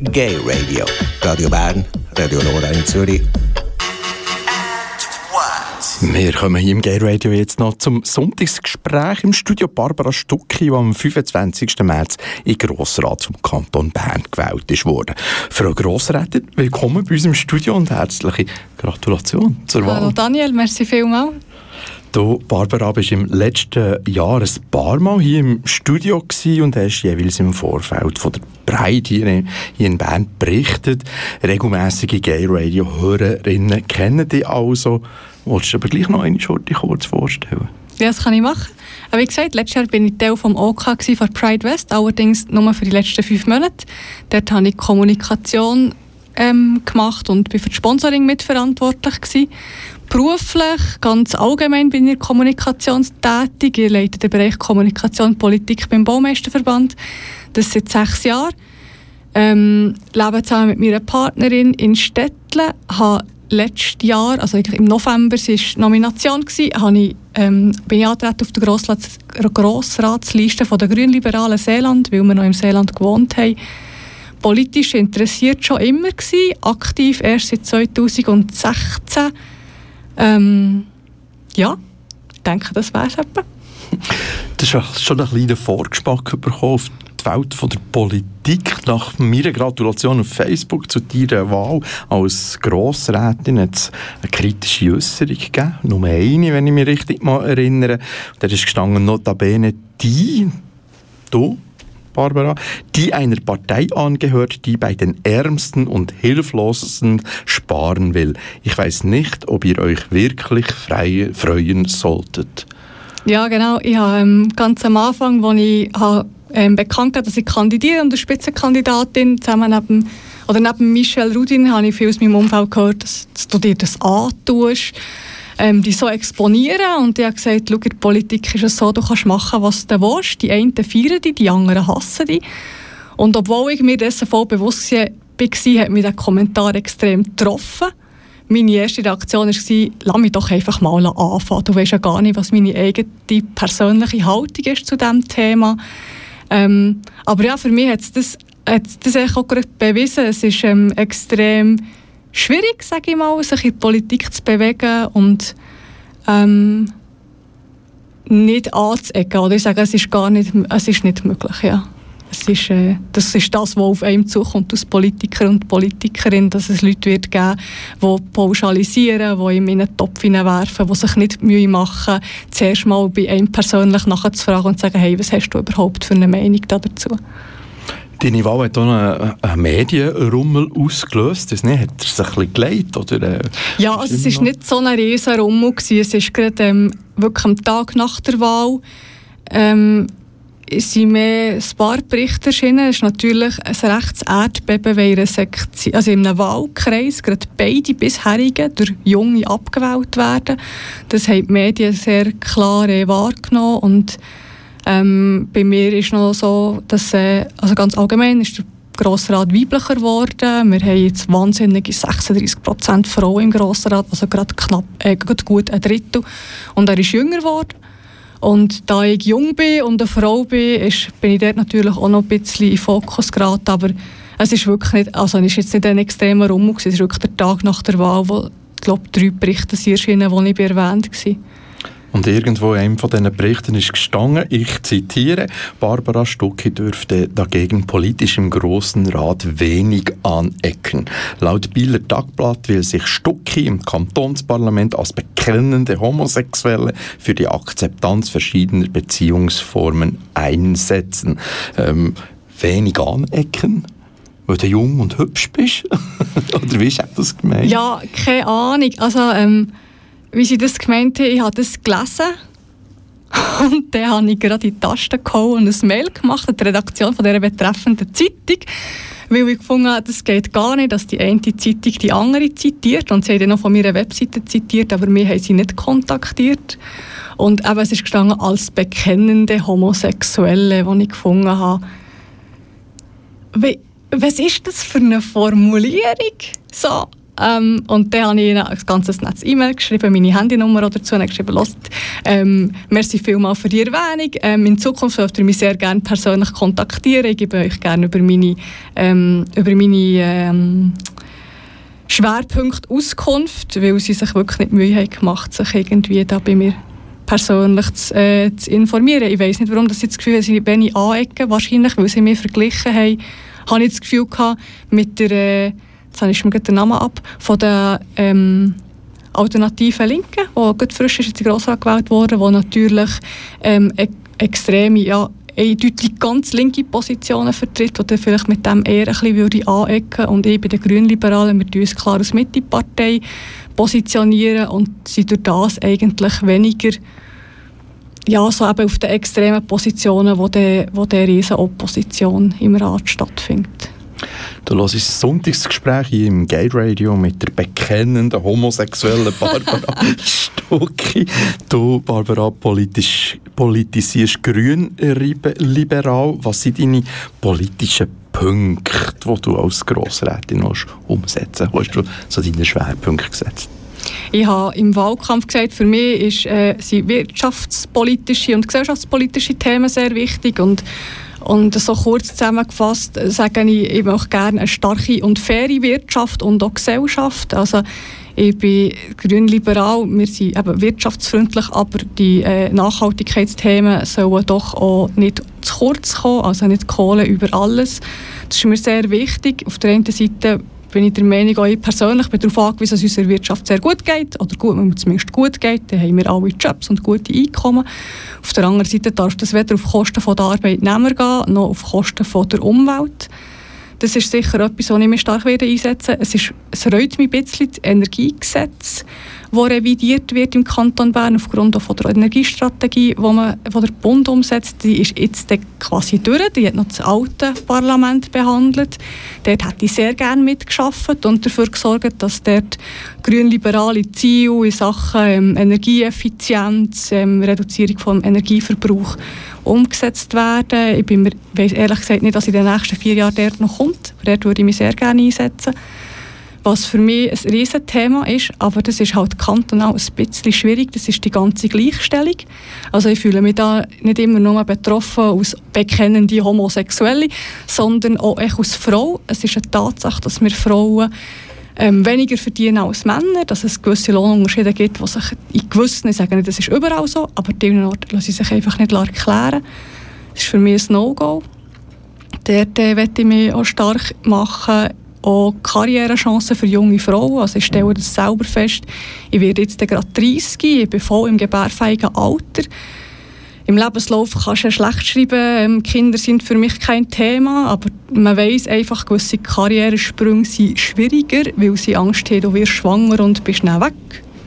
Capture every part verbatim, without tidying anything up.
Gay Radio. Radio Bern, Radio Nora in Zürich. Wir kommen hier im Gay Radio jetzt noch zum Sonntagsgespräch im Studio. Barbara Stucki, die am fünfundzwanzigsten März in den Grossrat vom Kanton Bern gewählt ist worden. Frau Grossrätin, willkommen bei uns im Studio und herzliche Gratulation zur Wahl. Hallo Daniel, merci vielmals. Du, Barbara, bist im letzten Jahr ein paar Mal hier im Studio gewesen und hast jeweils im Vorfeld von der Breit hier in, hier in Bern berichtet. Regelmässige Gay-Radio-Hörerinnen kennen dich also. Wolltest du aber gleich noch eine Schurte kurz vorstellen? Ja, das kann ich machen. Aber wie gesagt, letztes Jahr war ich Teil vom O K von Pride West, allerdings nur für die letzten fünf Monate. Dort habe ich Kommunikation ähm, gemacht und bin für das Sponsoring mitverantwortlich gewesen. Beruflich, ganz allgemein bin ich kommunikationstätig. Ich leite den Bereich Kommunikation und Politik beim Baumeisterverband. Das seit sechs Jahren. Ähm, lebe zusammen mit meiner Partnerin in Stettle. Habe letztes Jahr, also im November, war die Nomination, habe ich, ähm, bin ich angetreten auf der Grossrats- Grossratsliste von der Grünliberalen Seeland, weil wir noch im Seeland gewohnt haben. Politisch interessiert schon immer gewesen, aktiv erst seit zweitausendsechzehn. Ähm, ja, ich denke, das wäre es etwa. Du hast schon einen kleinen Vorgeschmack bekommen auf die Welt von der Politik. Nach meiner Gratulation auf Facebook zu deiner Wahl als Grossrätin hat es eine kritische Äußerung gegeben. Nur eine, wenn ich mich richtig mal erinnere. Da ist gestanden, notabene die, du, Barbara, die einer Partei angehört, die bei den Ärmsten und Hilflosesten sparen will. Ich weiss nicht, ob ihr euch wirklich frei, freuen solltet. Ja, genau. Ich habe ähm, ganz am Anfang, als ich habe, ähm, bekannt habe, dass ich kandidiere und eine Spitzenkandidatin zusammen neben, oder neben Michelle Rudin, habe ich viel aus meinem Umfeld gehört, dass, dass du dir das antust, ähm, die so exponieren. Und ich habe gesagt, schau, in der Politik ist es so, du kannst machen, was du willst. Die einen feiern dich, die anderen hassen dich. Und obwohl ich mir dessen voll bewusst war, hat mich der Kommentar extrem getroffen. Meine erste Reaktion war, lass mich doch einfach mal anfangen. Du weisst ja gar nicht, was meine eigene persönliche Haltung ist zu diesem Thema. Ähm, aber ja, für mich hat es das, hat's das auch gerade bewiesen. Es ist ähm, extrem schwierig, sage ich mal, sich in die Politik zu bewegen und ähm, nicht anzuecken. Oder ich sage, es ist gar nicht, es ist nicht möglich, ja. Es ist, äh, das ist das, was auf einem zukommt als Politiker und Politikerin, dass es Leute wird geben, die pauschalisieren, die in einen Topf hineinwerfen, die sich nicht Mühe machen, zuerst mal bei einem persönlich nachzufragen und zu sagen, hey, was hast du überhaupt für eine Meinung dazu? Deine Wahl hat auch einen, einen Medienrummel ausgelöst. Das nicht? Hat er sich ein bisschen geleitet? Oder, äh, ja, also es war nicht so ein riesen Rummel. Es ist gerade ähm, wirklich am Tag nach der Wahl ähm, sind mehr ein paar Berichte erschienen. Es ist natürlich ein rechtes Erdbeben, weil in einer Sektion, also in einem Wahlkreis gerade beide bisherigen durch Junge abgewählt werden. Das haben die Medien sehr klar äh, wahrgenommen. Und ähm, bei mir ist noch so, dass äh, also ganz allgemein ist der Grossrat weiblicher geworden. Wir haben jetzt wahnsinnige sechsunddreissig Prozent Frauen im Grossrat, also gerade knapp, äh, gerade gut ein Drittel. Und er ist jünger geworden. Und da ich jung bin und eine Frau bin, ist, bin ich dort natürlich auch noch ein bisschen in den Fokus geraten. Aber es ist wirklich nicht, also es ist jetzt nicht ein extremer Rummel gewesen. Es ist wirklich der Tag nach der Wahl, wo, ich glaube, drei Berichte erschienen, die ich erwähnt war. Und irgendwo in einem von diesen Berichten ist gestanden, ich zitiere, Barbara Stucki dürfte dagegen politisch im Grossen Rat wenig anecken. Laut Bieler Tagblatt will sich Stucki im Kantonsparlament als bekennende Homosexuelle für die Akzeptanz verschiedener Beziehungsformen einsetzen. Ähm, wenig anecken? Weil du jung und hübsch bist? Oder wie ist das gemeint? Ja, keine Ahnung. Also, ähm, wie sie das gemeint haben, ich habe das gelesen und dann habe ich gerade in die Taste gehauen und ein Mail gemacht an die Redaktion von dieser betreffenden Zeitung, weil ich gefunden habe, das geht gar nicht, dass die eine Zeitung die andere zitiert, und sie haben dann noch von meiner Webseite zitiert, aber wir haben sie nicht kontaktiert. Und eben, es ist gestanden als bekennende Homosexuelle, die ich gefunden habe. Wie, was ist das für eine Formulierung? So, Ähm, und dann habe ich ihnen ein ganzes Netz E-Mail geschrieben, meine Handynummer dazu, und geschrieben, «Hört, ähm, merci vielmals für die Erwähnung. Ähm, in Zukunft dürft ihr mich sehr gerne persönlich kontaktieren. Ich gebe euch gerne über meine, ähm, über meine ähm, Schwerpunkte Auskunft», weil sie sich wirklich nicht Mühe haben gemacht, sich irgendwie da bei mir persönlich zu, äh, zu informieren. Ich weiss nicht, warum das jetzt das Gefühl, dass sie wenig anecken. Wahrscheinlich, weil sie mich verglichen haben, habe ich das Gefühl gehabt, mit der, äh, jetzt habe ich mir den Namen ab, von der ähm, alternativen Linken, die gerade frisch ist in den Grossrat gewählt wurde, die natürlich ähm, e- extreme, ja, eindeutig ganz linke Positionen vertritt, die vielleicht mit dem eher ein bisschen würde anecken. Und ich bei den Grünliberalen, wir uns klar als Mitte-Partei positionieren und sind durch das eigentlich weniger, ja, so eben auf den extremen Positionen, wo die, wo die riesen Opposition im Rat stattfindet. Du hörst das Sonntagsgespräch hier im Gay Radio mit der bekennenden homosexuellen Barbara Stucki. Du, Barbara, politisch, politisierst grün-liberal. Was sind deine politischen Punkte, die du als Grossrätin umsetzen willst? Wo hast du so deine Schwerpunkte gesetzt? Ich habe im Wahlkampf gesagt, für mich ist, äh, sind wirtschaftspolitische und gesellschaftspolitische Themen sehr wichtig. Und Und so kurz zusammengefasst sage ich, ich möchte gerne eine starke und faire Wirtschaft und auch Gesellschaft. Also ich bin grünliberal, wir sind eben wirtschaftsfreundlich, aber die äh, Nachhaltigkeitsthemen sollen doch auch nicht zu kurz kommen, also nicht Kohle über alles. Das ist mir sehr wichtig. Auf der einen Seite bin ich der Meinung, auch ich persönlich bin darauf angewiesen, dass es unserer Wirtschaft sehr gut geht, oder gut, wenn es zumindest gut geht, dann haben wir alle Jobs und gute Einkommen. Auf der anderen Seite darf das weder auf Kosten der Arbeitnehmer gehen, noch auf Kosten der Umwelt. Das ist sicher etwas, wo ich mich stark einsetzen werde. Es, ist, es reut mich ein bisschen das Energiegesetz, das revidiert wird im Kanton Bern aufgrund von der Energiestrategie, die man, die der Bund umsetzt. Die ist jetzt quasi durch. Die hat noch das alte Parlament behandelt. Dort hätte ich sehr gerne mitgearbeitet und dafür gesorgt, dass dort grünliberale Ziele in Sachen ähm, Energieeffizienz, ähm, Reduzierung des Energieverbrauchs umgesetzt werden. Ich bin mir, weiss ehrlich gesagt nicht, was in den nächsten vier Jahren dort noch kommt. Dort würde ich mich sehr gerne einsetzen. Was für mich ein Riesenthema ist, aber das ist halt kantonal ein bisschen schwierig, das ist die ganze Gleichstellung. Also ich fühle mich da nicht immer nur betroffen als bekennende Homosexuelle, sondern auch als Frau. Es ist eine Tatsache, dass wir Frauen ähm, weniger verdienen als Männer, dass es gewisse Lohnunterschiede gibt, die sich in gewissen, ich sage nicht, das ist überall so, aber an vielen Orten lassen sie sich einfach nicht erklären. Das ist für mich ein No-Go. Dort äh, möchte ich mich auch stark machen, auch Karrierechancen für junge Frauen. Also ich stelle das selber fest. Ich werde jetzt gerade dreißig, ich bin voll im gebärfähigen Alter. Im Lebenslauf kannst du ja schlecht schreiben, Kinder sind für mich kein Thema, aber man weiss einfach, gewisse Karrieresprünge sind schwieriger, weil sie Angst haben, du wirst schwanger und bist schnell weg.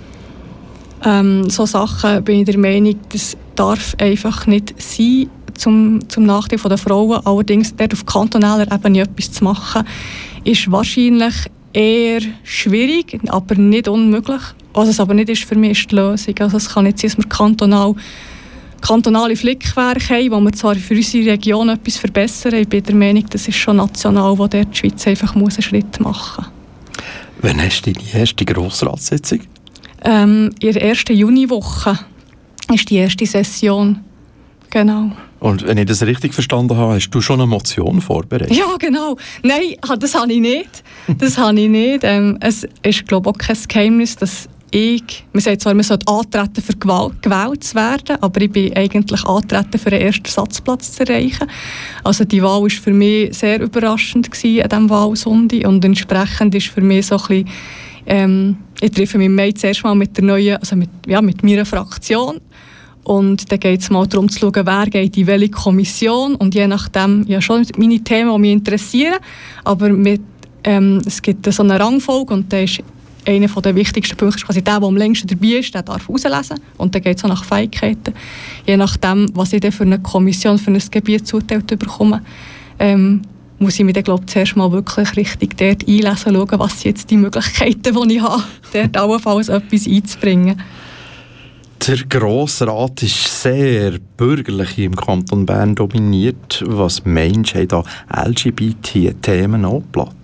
Ähm, so Sachen bin ich der Meinung, das darf einfach nicht sein, zum, zum Nachteil der Frauen. Allerdings dort auf kantonaler Ebene etwas zu machen, ist wahrscheinlich eher schwierig, aber nicht unmöglich. Was es aber nicht ist, für mich ist die Lösung. Also es kann nicht sein, dass wir kantonal, kantonale Flickwerke haben, wo wir zwar für unsere Region etwas verbessern. Ich bin der Meinung, das ist schon national, wo dort die Schweiz einfach muss einen Schritt machen muss. Wann hast du deine erste Grossratssitzung? Ähm, in der ersten Juniwoche ist die erste Session. Genau. Und wenn ich das richtig verstanden habe, hast du schon eine Motion vorbereitet? Ja, genau. Nein, das habe ich nicht. Das habe ich nicht. Ähm, es ist, glaube ich, auch kein Geheimnis, dass ich, man sagt zwar, man sollte antreten, für gewählt zu werden, aber ich bin eigentlich antreten, für den ersten Satzplatz zu erreichen. Also die Wahl war für mich sehr überraschend gewesen, an diesem Wahlsonntag, und entsprechend ist für mich so ein bisschen, ähm, ich treffe mich im Mai zuerst mal mit der neuen, also mit, ja, mit meiner Fraktion. Und dann geht es mal darum zu schauen, wer geht in welche Kommission. Und je nachdem, ja schon meine Themen, die mich interessieren. Aber mit, ähm, es gibt so eine Rangfolge und da ist einer der wichtigsten Punkte quasi der, der am längsten dabei ist, der darf rauslesen. Und dann geht es auch nach Fähigkeiten. Je nachdem, was ich dann für eine Kommission, für ein Gebiet zuteilt bekomme, ähm, muss ich mich dann, glaube ich, zuerst mal wirklich richtig dort einlesen, schauen, was sind jetzt die Möglichkeiten, die ich habe, dort allenfalls etwas einzubringen. Der Grossrat ist sehr bürgerlich im Kanton Bern dominiert. Was meinst du, haben da L G B T-Themen auch Platz?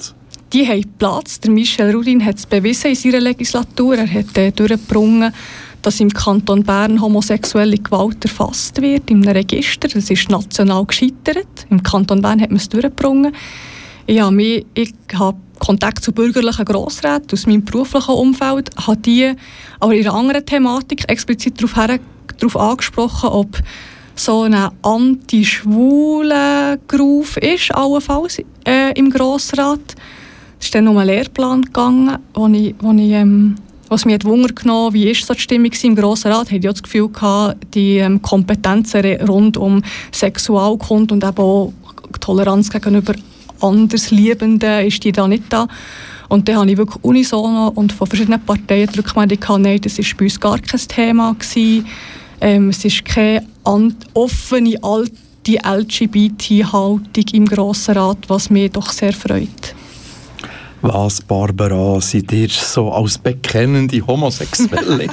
die haben Platz. Der Michel Rudin hat es bewiesen in seiner Legislatur. Er hat äh, durchgebrungen, dass im Kanton Bern homosexuelle Gewalt erfasst wird, in einem Register. Das ist national gescheitert. Im Kanton Bern hat man es durchgebrungen. Ich habe, mich, ich habe Kontakt zu bürgerlichen Grossräten aus meinem beruflichen Umfeld, habe die aber in einer anderen Thematik explizit darauf, her, darauf angesprochen, ob so ein anti-schwulen Groove ist, allenfalls äh, im Grossrat. Es ist dann um einen Lehrplan gegangen, wo ich, wo ich ähm, was mich Wunder genommen, wie ist so die Stimmung im Grossen Rat, hatte ich das Gefühl gehabt, die ähm, Kompetenzen rund um Sexualkunde und eben auch Toleranz gegenüber Andersliebenden ist die da nicht da. Und dann habe ich wirklich unisono und von verschiedenen Parteien die Rückmeldung gehabt, nein, das war bei uns gar kein Thema gewesen. Ähm, es ist keine offene, alte L G B T-Haltung im Grossen Rat, was mich doch sehr freut. Was, Barbara, seid ihr so als bekennende Homosexuelle?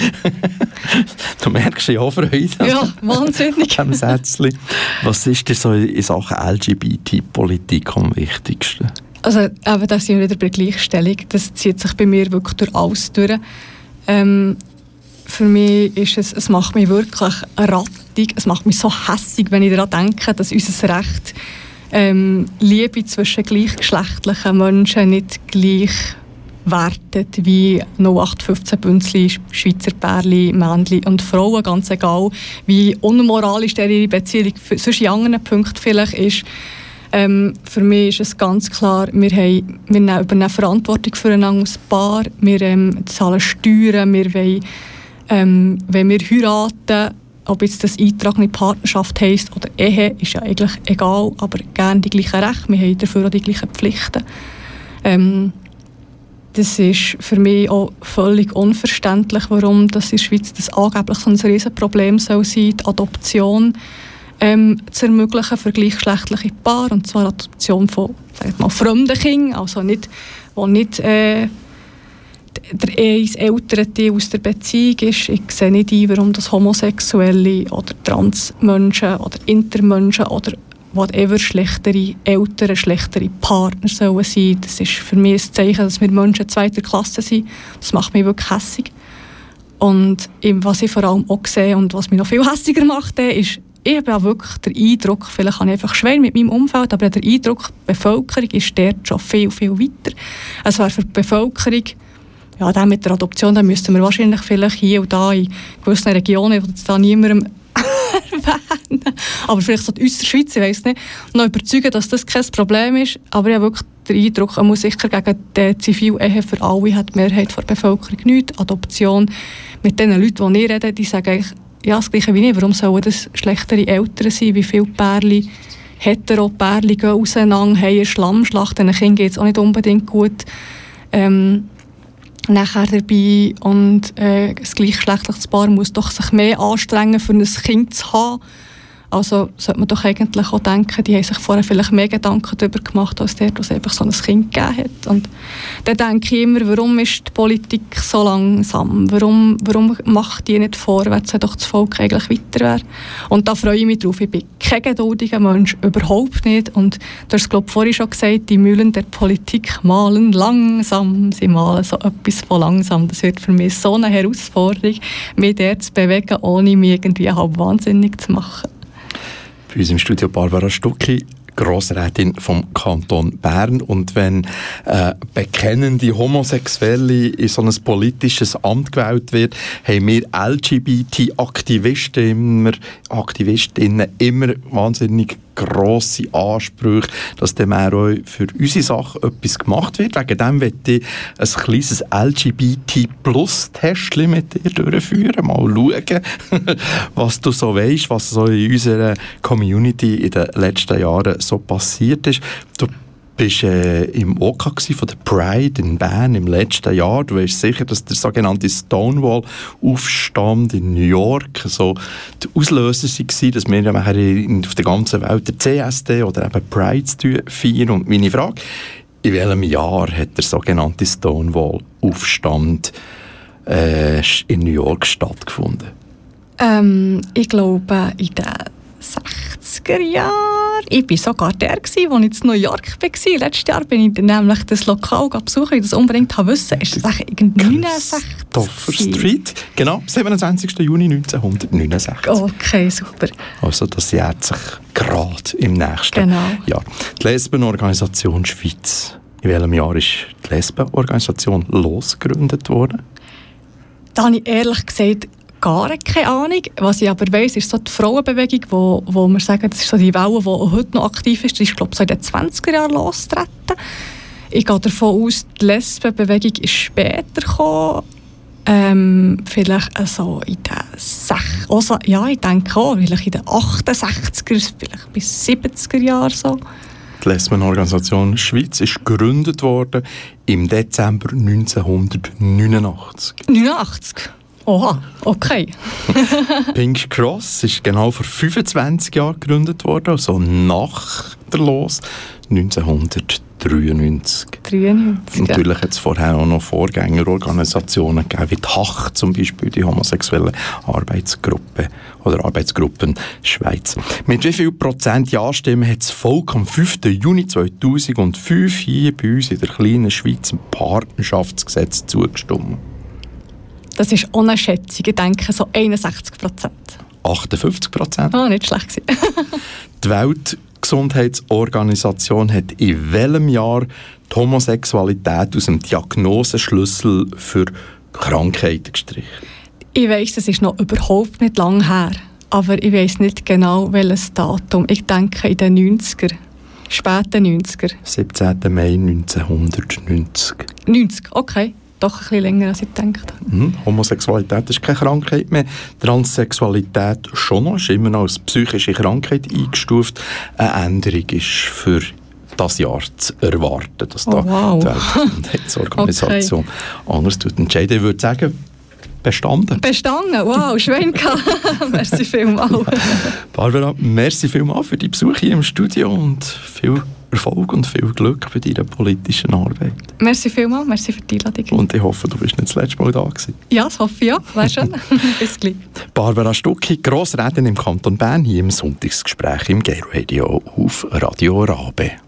Du merkst ja auch Freude. Ja, wahnsinnig. Am Sätzchen. Was ist dir so in Sachen L G B T-Politik am wichtigsten? Also, eben, da sind wir wieder bei der Gleichstellung. Das zieht sich bei mir wirklich durch alles durch. Ähm, für mich ist es, es macht mich wirklich rattig, es macht mich so hässig, wenn ich daran denke, dass unser Recht Ähm, Liebe zwischen gleichgeschlechtlichen Menschen nicht gleich wertet wie null acht fünfzehn Bünzli, Schweizer Pärli, Männli und Frauen, ganz egal, wie unmoralisch ihre Beziehung sonst in anderen Punkten vielleicht ist. Ähm, für mich ist es ganz klar, wir, haben, wir übernehmen Verantwortung füreinander als Paar, wir ähm, zahlen Steuern, wir wollen, ähm, wenn wir heiraten, ob jetzt das eingetragene Partnerschaft heisst oder Ehe, ist ja eigentlich egal, aber gerne die gleichen Rechte, wir haben dafür auch die gleichen Pflichten. Ähm, das ist für mich auch völlig unverständlich, warum das in der Schweiz das angeblich so ein Riesenproblem soll sein, die Adoption ähm, zu ermöglichen für gleichgeschlechtliche Paare, und zwar Adoption von, sag ich mal, fremden Kindern, also nicht, wo nicht äh, der eins ältere Teil aus der Beziehung ist. Ich sehe nicht ein, warum das Homosexuelle oder Transmenschen oder Intermenschen oder whatever schlechtere Eltern, schlechtere Partner sollen sein. Das ist für mich ein Zeichen, dass wir Menschen zweiter Klasse sind. Das macht mich wirklich hässig. Und was ich vor allem auch sehe und was mich noch viel hässiger macht, ist, ich habe ja wirklich den Eindruck, vielleicht habe ich einfach schwer mit meinem Umfeld, aber der Eindruck, die Bevölkerung ist dort schon viel, viel weiter. Es wäre für die Bevölkerung, ja, dann mit der Adoption, dann müssten wir wahrscheinlich vielleicht hier und da in gewissen Regionen, die jetzt da niemandem erwähnen, aber vielleicht so in unserer Schweiz, ich weiss nicht, noch überzeugen, dass das kein Problem ist. Aber ich habe wirklich den Eindruck, man muss sicher gegen die Zivilehe für alle hat die Mehrheit der Bevölkerung nichts. Adoption, mit den Leuten, die ich rede, die sagen eigentlich, ja, das Gleiche wie ich, warum sollen das schlechtere Eltern sein, wie viele Pärchen, Hetero-Pärchen gehen auseinander, haben eine Schlammschlacht, den Kindern geht es auch nicht unbedingt gut. Ähm, nachher dabei und äh, das gleichgeschlechtliche Paar muss doch sich mehr anstrengen, für ein Kind zu haben. Also sollte man doch eigentlich auch denken, die haben sich vorher vielleicht mehr Gedanken darüber gemacht, als der, was einfach so ein Kind gegeben hat. Und dann denke ich immer, warum ist die Politik so langsam? Warum, warum macht die nicht vorwärts, wenn doch das Volk eigentlich weiter wäre? Und da freue ich mich drauf. Ich bin kein geduldiger Mensch, überhaupt nicht. Und du hast es, glaube ich, vorhin schon gesagt, die Mühlen der Politik malen langsam. Sie malen so etwas von langsam. Das wird für mich so eine Herausforderung, mich dort zu bewegen, ohne mich irgendwie halb wahnsinnig zu machen. Bei uns im Studio Barbara Stucki, Grossrätin vom Kanton Bern. Und wenn äh, bekennende Homosexuelle in so ein politisches Amt gewählt wird, haben wir L G B T-Aktivisten immer, Aktivistinnen immer wahnsinnig grosse Ansprüche, dass dem auch für unsere Sache etwas gemacht wird. Wegen dem möchte ich ein kleines L G B T-Plus-Testchen mit dir durchführen. Mal schauen, was du so weisst, was so in unserer Community in den letzten Jahren so passiert ist. Du bist äh, im O K von der Pride in Bern im letzten Jahr. Du weißt sicher, dass der sogenannte Stonewall-Aufstand in New York so die Auslöser war, dass wir ja in, auf der ganzen Welt der C S D oder eben Pride feiern. Und meine Frage, in welchem Jahr hat der sogenannte Stonewall-Aufstand äh, in New York stattgefunden? Ähm, ich glaube, in den sechziger Jahren. Ich war sogar der, als ich in New York war. Letztes Jahr bin ich nämlich das Lokal besuchen, ich das unbedingt wissen. Ist das irgendwie neunundsechzig? Christopher Street, genau, siebenundzwanzigsten Juni neunzehnhundertneunundsechzig. Okay, super. Also das jährt sich gerade im nächsten Genau. Jahr. Die Lesbenorganisation Schweiz. In welchem Jahr ist die Lesbenorganisation losgegründet worden? Da habe ich ehrlich gesagt gar keine Ahnung. Was ich aber weiss, ist so die Frauenbewegung, wo, wo wir sagen, das ist so die Welle, die heute noch aktiv ist. Die ist, glaube ich, so in den zwanziger Jahren losgetreten. Ich gehe davon aus, die Lesbenbewegung ist später gekommen. Ähm, vielleicht so in den Sech- also, ja, ich denke auch, vielleicht in den achtundsechziger, vielleicht bis siebziger Jahren so. Die Lesbenorganisation Schweiz ist gegründet worden im Dezember neunzehnhundertneunundachtzig. neunundachtzig? Oha, okay. Pink Cross ist genau vor fünfundzwanzig Jahren gegründet worden, also nach der Los neunzehnhundertdreiundneunzig. dreiundneunzig, Natürlich hat es vorher auch noch Vorgängerorganisationen gegeben, wie die H A C zum Beispiel, die homosexuelle Arbeitsgruppe oder Arbeitsgruppen Schweiz. Mit wie viel Prozent Ja-Stimmen hat das Volk am fünften Juni zweitausendfünf hier bei uns in der kleinen Schweiz im Partnerschaftsgesetz zugestimmt? Das ist ohne Schätzung. Ich denke so einundsechzig Prozent. achtundfünfzig Prozent. Oh, nicht schlecht gewesen. Die Weltgesundheitsorganisation hat in welchem Jahr die Homosexualität aus dem Diagnoseschlüssel für Krankheiten gestrichen? Ich weiss, das ist noch überhaupt nicht lang her. Aber ich weiss nicht genau, welches Datum. Ich denke in den neunziger. Späten neunziger. siebzehnten Mai neunzehnhundertneunzig. neunzig, okay. Doch ein bisschen länger, als ich gedacht habe. Mhm. Homosexualität ist keine Krankheit mehr. Transsexualität schon noch, ist immer noch als psychische Krankheit eingestuft. Eine Änderung ist für das Jahr zu erwarten, dass Oh, da wow. die Weltgesundheitsorganisation okay. anders tut. Entscheiden. Ich würde sagen, bestanden. Bestanden, wow, Schwenka. Merci vielmals. Barbara, merci vielmals für die Besuch hier im Studio und viel Erfolg und viel Glück bei deiner politischen Arbeit. Merci vielmals, merci für die Einladung. Und ich hoffe, du bist nicht das letzte Mal da gewesen. Ja, das hoffe ich, ja. Wäre schön. Bis gleich. Barbara Stucki, Grossrätin im Kanton Bern, hier im Sonntagsgespräch im Gay Radio auf Radio Rabe.